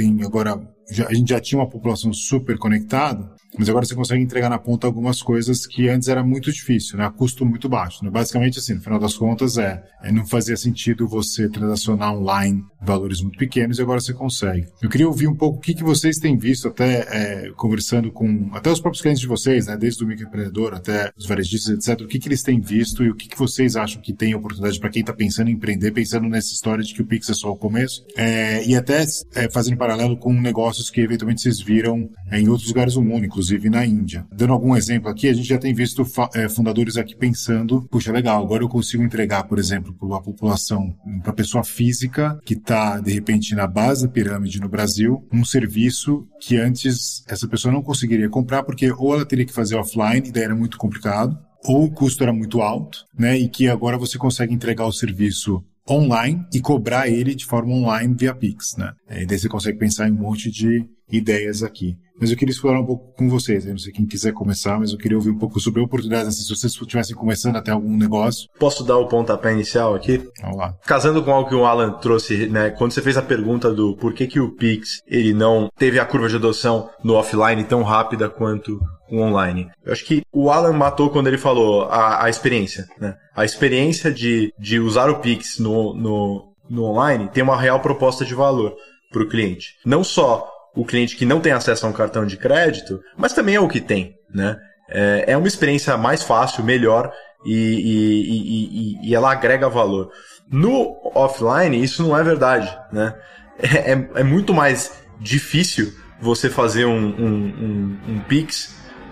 a gente já tinha uma população super conectada, mas agora você consegue entregar na ponta algumas coisas que antes era muito difícil, né? A custo muito baixo, né? Basicamente assim, no final das contas não fazia sentido você transacionar online valores muito pequenos e agora você consegue. Eu queria ouvir um pouco o que vocês têm visto até conversando com até os próprios clientes de vocês, né? Desde o microempreendedor até os varejistas, etc. O que eles têm visto e o que vocês acham que tem oportunidade verdade, para quem está pensando em empreender, pensando nessa história de que o Pix é só o começo, e até fazendo paralelo com negócios que eventualmente vocês viram em outros lugares do mundo, inclusive na Índia. Dando algum exemplo aqui, a gente já tem visto fundadores aqui pensando, puxa, legal, agora eu consigo entregar, por exemplo, para a população, para a pessoa física que está, de repente, na base da pirâmide no Brasil, um serviço que antes essa pessoa não conseguiria comprar, porque ou ela teria que fazer offline, e daí era muito complicado, ou o custo era muito alto, né? E que agora você consegue entregar o serviço online e cobrar ele de forma online via Pix, né? E daí você consegue pensar em um monte de ideias aqui. Mas eu queria explorar um pouco com vocês. Eu não sei quem quiser começar, mas eu queria ouvir um pouco sobre oportunidades. Se vocês estivessem começando até algum negócio. Posso dar o pontapé inicial aqui? Vamos lá. Casando com algo que o Alan trouxe, né? Quando você fez a pergunta do por que o Pix ele não teve a curva de adoção no offline tão rápida quanto o online. Eu acho que o Alan matou quando ele falou a experiência, né? A experiência de usar o Pix no online tem uma real proposta de valor para o cliente. Não só o cliente que não tem acesso a um cartão de crédito, mas também é o que tem, né? É uma experiência mais fácil, melhor e ela agrega valor. No offline, isso não é verdade, né? É muito mais difícil você fazer um Pix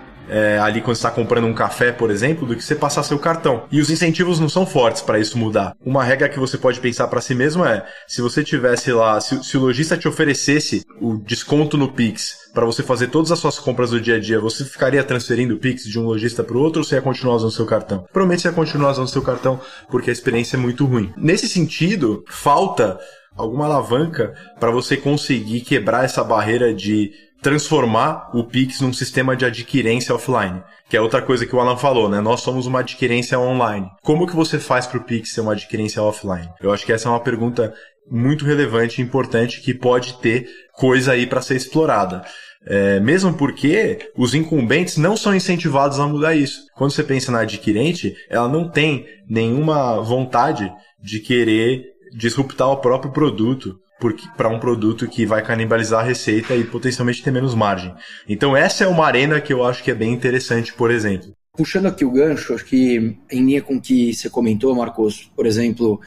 ali quando você está comprando um café, por exemplo, do que você passar seu cartão. E os incentivos não são fortes para isso mudar. Uma regra que você pode pensar para si mesmo se você tivesse lá, se o lojista te oferecesse o desconto no Pix para você fazer todas as suas compras do dia a dia, você ficaria transferindo o Pix de um lojista para o outro ou você ia continuar usando seu cartão? Provavelmente você ia continuar usando seu cartão porque a experiência é muito ruim. Nesse sentido, falta alguma alavanca para você conseguir quebrar essa barreira de transformar o Pix num sistema de adquirência offline, que é outra coisa que o Alan falou, né? Nós somos uma adquirência online. Como que você faz para o Pix ser uma adquirência offline? Eu acho que essa é uma pergunta muito relevante e importante que pode ter coisa aí para ser explorada. Mesmo porque os incumbentes não são incentivados a mudar isso. Quando você pensa na adquirente, ela não tem nenhuma vontade de querer disruptar o próprio produto para um produto que vai canibalizar a receita e potencialmente ter menos margem. Então essa é uma arena que eu acho que é bem interessante, por exemplo. Puxando aqui o gancho, acho que em linha com o que você comentou, Marcos, por exemplo,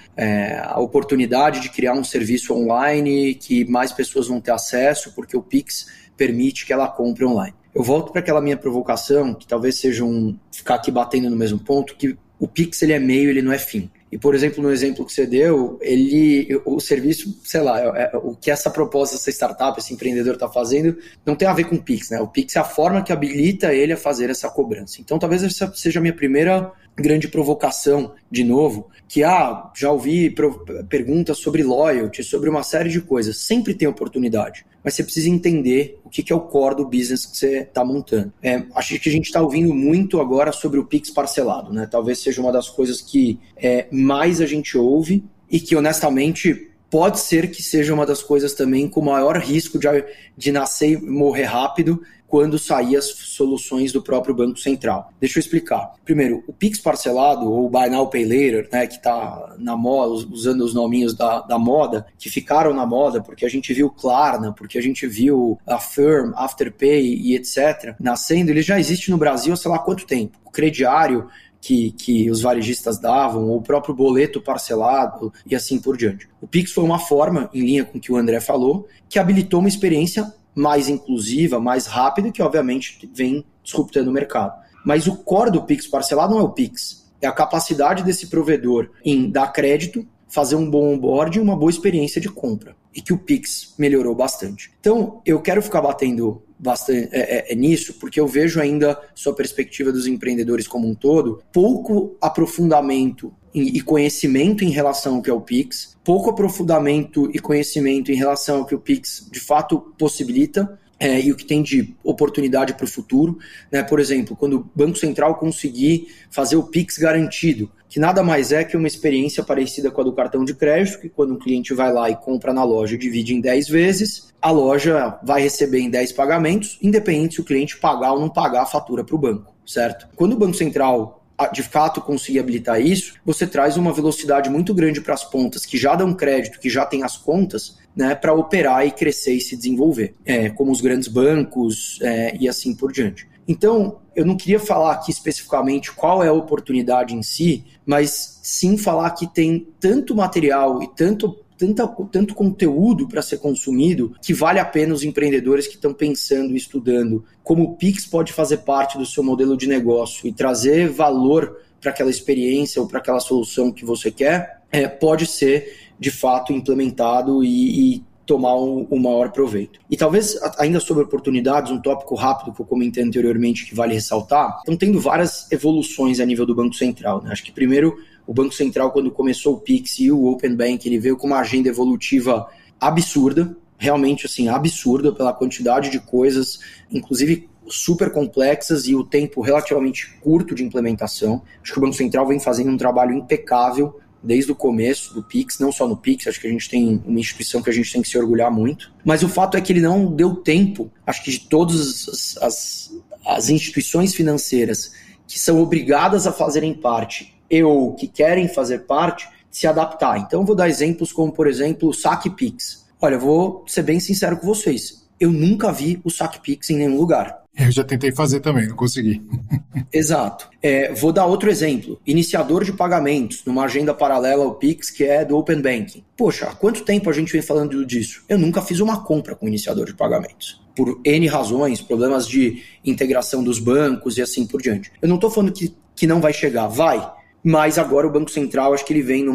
a oportunidade de criar um serviço online que mais pessoas vão ter acesso, porque o Pix permite que ela compre online. Eu volto para aquela minha provocação, que talvez seja ficar aqui batendo no mesmo ponto, que o Pix ele é meio, ele não é fim. E, por exemplo, no exemplo que você deu, o serviço, sei lá, o que essa proposta, essa startup, esse empreendedor está fazendo, não tem a ver com o Pix, né? O Pix é a forma que habilita ele a fazer essa cobrança. Então, talvez essa seja a minha primeira grande provocação, de novo, que já ouvi perguntas sobre loyalty, sobre uma série de coisas. Sempre tem oportunidade, mas você precisa entender o que é o core do business que você está montando. Acho que a gente está ouvindo muito agora sobre o Pix parcelado, né? Talvez seja uma das coisas que mais a gente ouve e que, honestamente, pode ser que seja uma das coisas também com maior risco de nascer e morrer rápido quando sair as soluções do próprio Banco Central. Deixa eu explicar. Primeiro, o Pix parcelado, ou Buy Now, Pay Later, né, que está na moda, usando os nominhos da moda, que ficaram na moda porque a gente viu Klarna, porque a gente viu a Affirm, Afterpay e etc. nascendo, ele já existe no Brasil há sei lá quanto tempo. O crediário que os varejistas davam, ou o próprio boleto parcelado e assim por diante. O Pix foi uma forma, em linha com o que o André falou, que habilitou uma experiência mais inclusiva, mais rápida, que obviamente vem disruptando o mercado. Mas o core do Pix parcelado não é o Pix, é a capacidade desse provedor em dar crédito, fazer um bom onboarding e uma boa experiência de compra. E que o Pix melhorou bastante. Então, eu quero ficar batendo bastante nisso, porque eu vejo ainda, sob a perspectiva dos empreendedores como um todo, pouco aprofundamento e conhecimento em relação ao que é o Pix, pouco aprofundamento e conhecimento em relação ao que o Pix de fato possibilita, e o que tem de oportunidade para o futuro, né? Por exemplo, quando o Banco Central conseguir fazer o Pix garantido, que nada mais é que uma experiência parecida com a do cartão de crédito, que quando um cliente vai lá e compra na loja e divide em 10 vezes, a loja vai receber em 10 pagamentos, independente se o cliente pagar ou não pagar a fatura para o banco, certo? Quando o Banco Central de fato conseguir habilitar isso, você traz uma velocidade muito grande para as pontas que já dão crédito, que já têm as contas, né, para operar e crescer e se desenvolver, como os grandes bancos e assim por diante. Então, eu não queria falar aqui especificamente qual é a oportunidade em si, mas sim falar que tem tanto material e tanto conteúdo para ser consumido que vale a pena os empreendedores que estão pensando e estudando como o Pix pode fazer parte do seu modelo de negócio e trazer valor para aquela experiência ou para aquela solução que você quer, pode ser de fato implementado e tomar um maior proveito. E talvez, ainda sobre oportunidades, um tópico rápido que eu comentei anteriormente que vale ressaltar, estão tendo várias evoluções a nível do Banco Central, né? Acho que primeiro o Banco Central, quando começou o Pix e o Open Bank, ele veio com uma agenda evolutiva absurda, realmente assim, absurda pela quantidade de coisas, inclusive super complexas e o tempo relativamente curto de implementação. Acho que o Banco Central vem fazendo um trabalho impecável desde o começo do Pix, não só no Pix, acho que a gente tem uma instituição que a gente tem que se orgulhar muito, mas o fato é que ele não deu tempo, acho que de todas as instituições financeiras que são obrigadas a fazerem parte ou que querem fazer parte, se adaptar. Então, vou dar exemplos como, por exemplo, o Saque Pix. Olha, eu vou ser bem sincero com vocês. Eu nunca vi o Saque Pix em nenhum lugar. Eu já tentei fazer também, não consegui. Exato. Vou dar outro exemplo. Iniciador de pagamentos, numa agenda paralela ao Pix, que é do Open Banking. Poxa, há quanto tempo a gente vem falando disso? Eu nunca fiz uma compra com iniciador de pagamentos. Por N razões, problemas de integração dos bancos e assim por diante. Eu não estou falando que não vai chegar, vai. Mas agora o Banco Central, acho que ele vem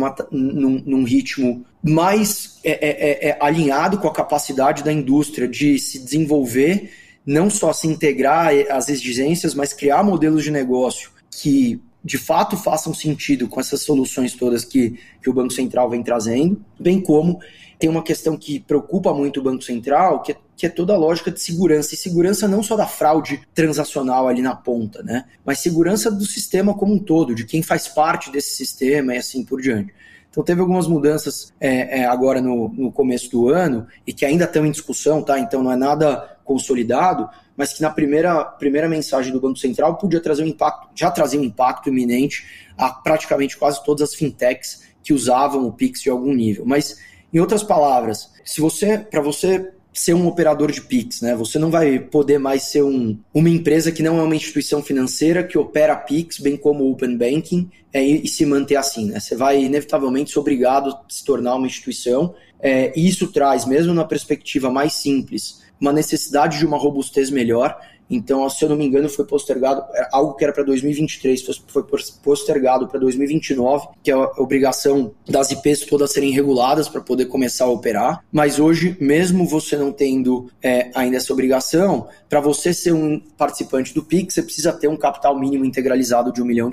num ritmo mais alinhado com a capacidade da indústria de se desenvolver, não só se integrar às exigências, mas criar modelos de negócio que de fato façam sentido com essas soluções todas que o Banco Central vem trazendo, bem como tem uma questão que preocupa muito o Banco Central, que é toda a lógica de segurança, e segurança não só da fraude transacional ali na ponta, né? Mas segurança do sistema como um todo, de quem faz parte desse sistema e assim por diante. Então teve algumas mudanças agora no começo do ano, e que ainda estão em discussão, tá? Então não é nada consolidado, mas que na primeira mensagem do Banco Central podia trazer um impacto, já trazia um impacto iminente a praticamente quase todas as fintechs que usavam o Pix de algum nível. Mas, em outras palavras, para você ser um operador de Pix, né, você não vai poder mais ser uma empresa que não é uma instituição financeira que opera Pix, bem como o Open Banking, e se manter assim, né? Você vai inevitavelmente ser obrigado a se tornar uma instituição, e isso traz, mesmo na perspectiva mais simples, uma necessidade de uma robustez melhor. Então, se eu não me engano, foi postergado, algo que era para 2023, foi postergado para 2029, que é a obrigação das IPs todas serem reguladas para poder começar a operar. Mas hoje, mesmo você não tendo ainda essa obrigação, para você ser um participante do Pix, você precisa ter um capital mínimo integralizado de R$1 milhão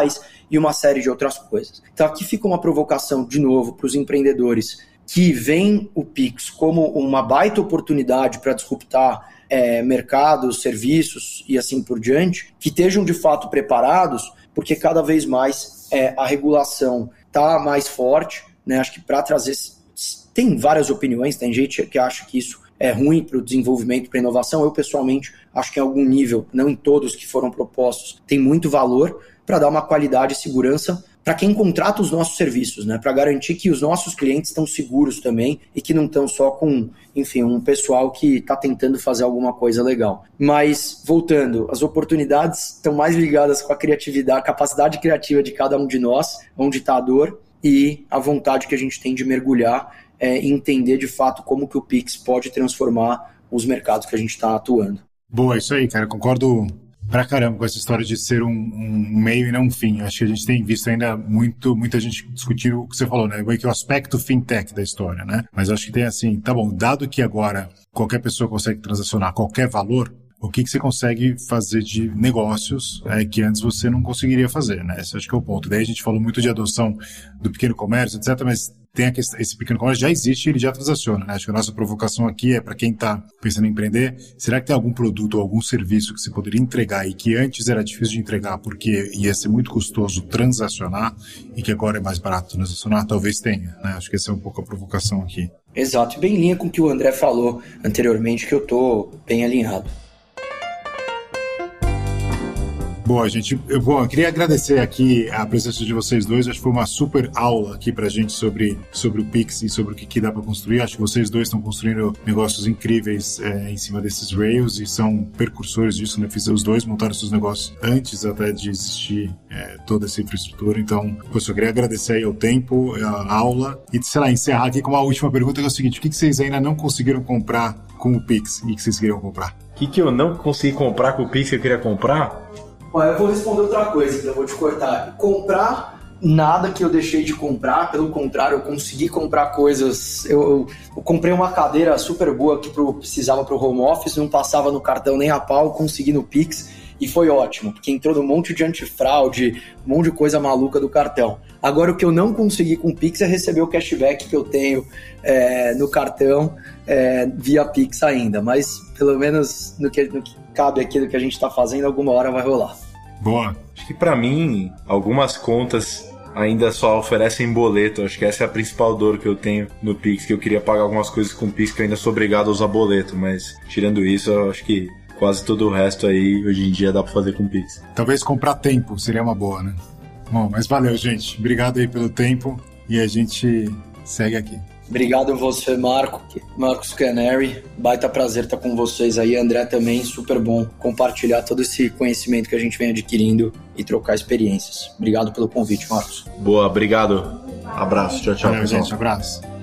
e uma série de outras coisas. Então, aqui fica uma provocação, de novo, para os empreendedores que veem o Pix como uma baita oportunidade para disruptar mercados, serviços e assim por diante, que estejam de fato preparados, porque cada vez mais a regulação está mais forte, né? Acho que para trazer... Tem várias opiniões, tem gente que acha que isso é ruim para o desenvolvimento, para a inovação. Eu, pessoalmente, acho que em algum nível, não em todos que foram propostos, tem muito valor para dar uma qualidade e segurança para quem contrata os nossos serviços, né? Para garantir que os nossos clientes estão seguros também e que não estão só com, enfim, um pessoal que está tentando fazer alguma coisa legal. Mas, voltando, as oportunidades estão mais ligadas com a criatividade, a capacidade criativa de cada um de nós, onde está a dor, e a vontade que a gente tem de mergulhar e entender de fato como que o Pix pode transformar os mercados que a gente está atuando. Boa, isso aí, cara. Concordo pra caramba com essa história de ser um meio e não um fim. Acho que a gente tem visto ainda muita gente discutindo o que você falou, né? Meio que o aspecto fintech da história, né? Mas acho que tem assim, tá bom, dado que agora qualquer pessoa consegue transacionar qualquer valor, o que você consegue fazer de negócios que antes você não conseguiria fazer, né? Esse acho que é o ponto. Daí a gente falou muito de adoção do pequeno comércio, etc., mas tem esse pequeno comércio já existe e ele já transaciona, né? Acho que a nossa provocação aqui é para quem está pensando em empreender, será que tem algum produto ou algum serviço que você poderia entregar e que antes era difícil de entregar porque ia ser muito custoso transacionar e que agora é mais barato transacionar? Talvez tenha, né? Acho que essa é um pouco a provocação aqui. Exato, e bem em linha com o que o André falou anteriormente, que eu estou bem alinhado. Boa, gente. Eu queria agradecer aqui a presença de vocês dois. Acho que foi uma super aula aqui pra gente sobre o Pix e sobre o que dá pra construir. Acho que vocês dois estão construindo negócios incríveis em cima desses Rails e são precursores disso, né? Os dois montaram seus negócios antes até de existir toda essa infraestrutura. Então, eu só queria agradecer aí o tempo, a aula e, sei lá, encerrar aqui com uma última pergunta, que é o seguinte: o que vocês ainda não conseguiram comprar com o Pix e que vocês queriam comprar? O que eu não consegui comprar com o Pix que eu queria comprar? Olha, eu vou responder outra coisa, então eu vou te cortar. Comprar nada que eu deixei de comprar, pelo contrário, eu consegui comprar coisas. Eu comprei uma cadeira super boa que precisava para o home office, não passava no cartão nem a pau, consegui no Pix e foi ótimo, porque entrou num monte de antifraude, um monte de coisa maluca do cartão. Agora, o que eu não consegui com o Pix é receber o cashback que eu tenho no cartão via Pix ainda, mas pelo menos no que cabe aqui do que a gente está fazendo, alguma hora vai rolar. Boa. Acho que pra mim, algumas contas ainda só oferecem boleto. Acho que essa é a principal dor que eu tenho no Pix, que eu queria pagar algumas coisas com o Pix que eu ainda sou obrigado a usar boleto, mas tirando isso, eu acho que quase todo o resto aí, hoje em dia, dá pra fazer com o Pix. Talvez comprar tempo seria uma boa, né? Bom, mas valeu, gente. Obrigado aí pelo tempo e a gente segue aqui. Obrigado a você, Marcos Canary. Baita prazer estar com vocês aí. André também, super bom compartilhar todo esse conhecimento que a gente vem adquirindo e trocar experiências. Obrigado pelo convite, Marcos. Boa, obrigado. Abraço, tchau, Valeu, pessoal. gente, abraço.